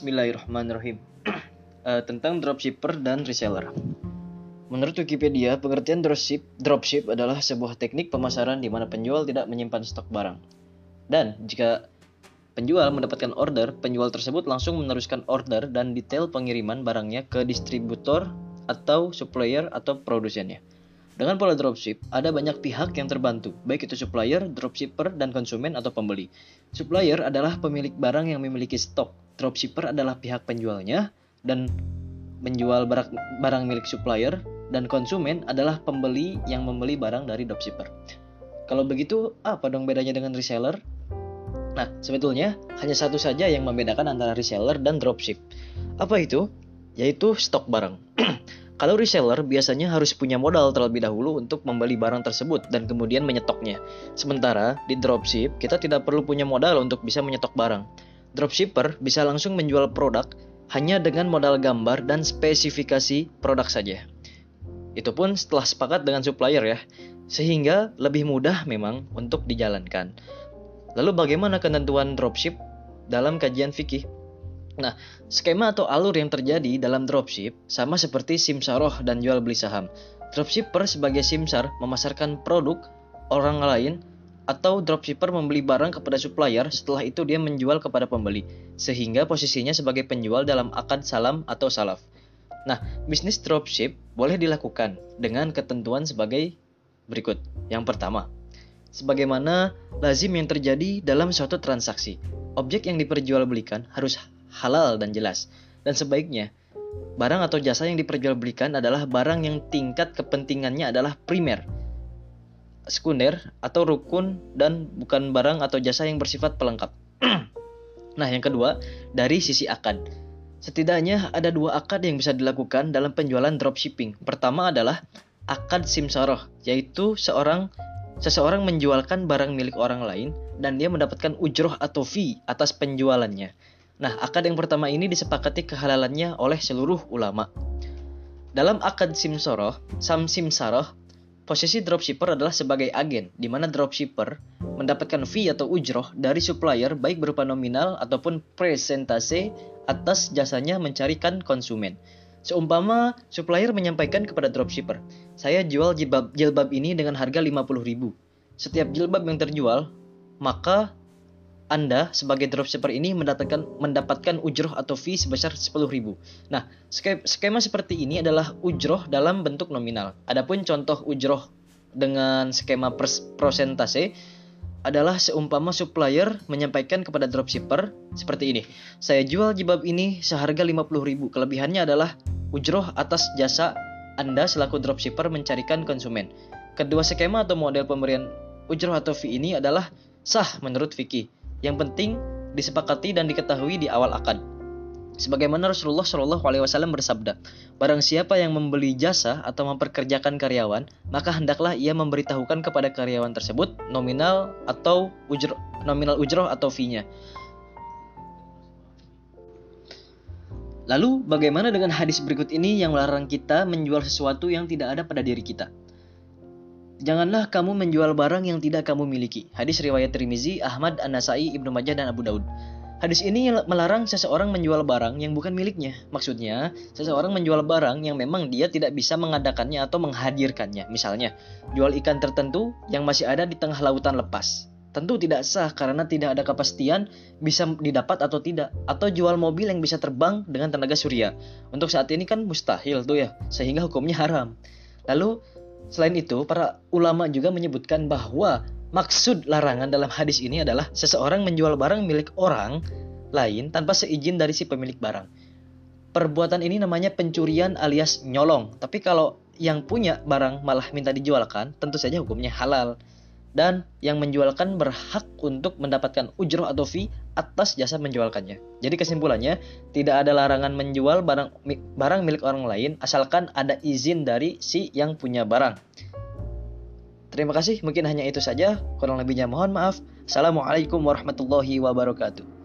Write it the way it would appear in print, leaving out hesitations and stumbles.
Bismillahirrahmanirrahim. Tentang dropshipper dan reseller. Menurut Wikipedia, pengertian dropship adalah sebuah teknik pemasaran di mana penjual tidak menyimpan stok barang. Dan jika penjual mendapatkan order, penjual tersebut langsung meneruskan order dan detail pengiriman barangnya ke distributor atau supplier atau produsennya. Dengan pola dropship, ada banyak pihak yang terbantu, baik itu supplier, dropshipper, dan konsumen atau pembeli. Supplier adalah pemilik barang yang memiliki stok. Dropshipper adalah pihak penjualnya dan menjual barang milik supplier, dan konsumen adalah pembeli yang membeli barang dari dropshipper. Kalau begitu, apa dong bedanya dengan reseller? Nah, sebetulnya hanya satu saja yang membedakan antara reseller dan dropship. Apa itu? Yaitu stok barang. Kalau reseller biasanya harus punya modal terlebih dahulu untuk membeli barang tersebut dan kemudian menyetoknya. Sementara di dropship kita tidak perlu punya modal untuk bisa menyetok barang. Dropshipper bisa langsung menjual produk hanya dengan modal gambar dan spesifikasi produk saja. Itu pun setelah sepakat dengan supplier ya, sehingga lebih mudah memang untuk dijalankan. Lalu bagaimana ketentuan dropship dalam kajian fikih? Nah, skema atau alur yang terjadi dalam dropship sama seperti simsaroh dan jual beli saham. Dropshipper sebagai simsar memasarkan produk orang lain, atau dropshipper membeli barang kepada supplier, setelah itu dia menjual kepada pembeli, sehingga posisinya sebagai penjual dalam akad salam atau salaf. Nah, bisnis dropship boleh dilakukan dengan ketentuan sebagai berikut. Yang pertama, sebagaimana lazim yang terjadi dalam suatu transaksi, objek yang diperjualbelikan harus halal dan jelas, dan sebaiknya barang atau jasa yang diperjualbelikan adalah barang yang tingkat kepentingannya adalah primer, sekunder, atau rukun, dan bukan barang atau jasa yang bersifat pelengkap. Nah, yang kedua, dari sisi akad. Setidaknya ada dua akad yang bisa dilakukan dalam penjualan dropshipping. Pertama adalah akad simsaroh, yaitu seseorang menjualkan barang milik orang lain dan dia mendapatkan ujroh atau fee atas penjualannya. Nah, akad yang pertama ini disepakati kehalalannya oleh seluruh ulama. Dalam akad simsaroh, posisi dropshipper adalah sebagai agen, di mana dropshipper mendapatkan fee atau ujroh dari supplier baik berupa nominal ataupun presentase atas jasanya mencarikan konsumen. Seumpama supplier menyampaikan kepada dropshipper, saya jual jilbab ini dengan harga 50.000. Setiap jilbab yang terjual, maka Anda sebagai dropshipper ini mendapatkan ujroh atau fee sebesar 10.000. Nah, skema seperti ini adalah ujroh dalam bentuk nominal. Adapun contoh ujroh dengan skema persentase adalah seumpama supplier menyampaikan kepada dropshipper seperti ini. Saya jual jilbab ini seharga 50.000. Kelebihannya adalah ujroh atas jasa Anda selaku dropshipper mencarikan konsumen. Kedua skema atau model pemberian ujroh atau fee ini adalah sah menurut fikih. Yang penting disepakati dan diketahui di awal akad. Sebagaimana Rasulullah SAW bersabda, barang siapa yang membeli jasa atau memperkerjakan karyawan, maka hendaklah ia memberitahukan kepada karyawan tersebut nominal ujroh atau fee-nya. Lalu bagaimana dengan hadis berikut ini yang melarang kita menjual sesuatu yang tidak ada pada diri kita? Janganlah kamu menjual barang yang tidak kamu miliki. Hadis riwayat Tirmizi, Ahmad, An-Nasai, Ibnu Majah, dan Abu Daud. Hadis ini melarang seseorang menjual barang yang bukan miliknya. Maksudnya, seseorang menjual barang yang memang dia tidak bisa mengadakannya atau menghadirkannya. Misalnya, jual ikan tertentu yang masih ada di tengah lautan lepas. Tentu tidak sah karena tidak ada kepastian bisa didapat atau tidak. Atau jual mobil yang bisa terbang dengan tenaga surya. Untuk saat ini kan mustahil tuh ya, sehingga hukumnya haram. Lalu, selain itu, para ulama juga menyebutkan bahwa maksud larangan dalam hadis ini adalah seseorang menjual barang milik orang lain tanpa seizin dari si pemilik barang. Perbuatan ini namanya pencurian alias nyolong. Tapi kalau yang punya barang malah minta dijualkan, tentu saja hukumnya halal. Dan yang menjualkan berhak untuk mendapatkan ujroh atau fee atas jasa menjualkannya. Jadi kesimpulannya, tidak ada larangan menjual barang milik orang lain asalkan ada izin dari si yang punya barang. Terima kasih, mungkin hanya itu saja. Kurang lebihnya mohon maaf. Assalamualaikum warahmatullahi wabarakatuh.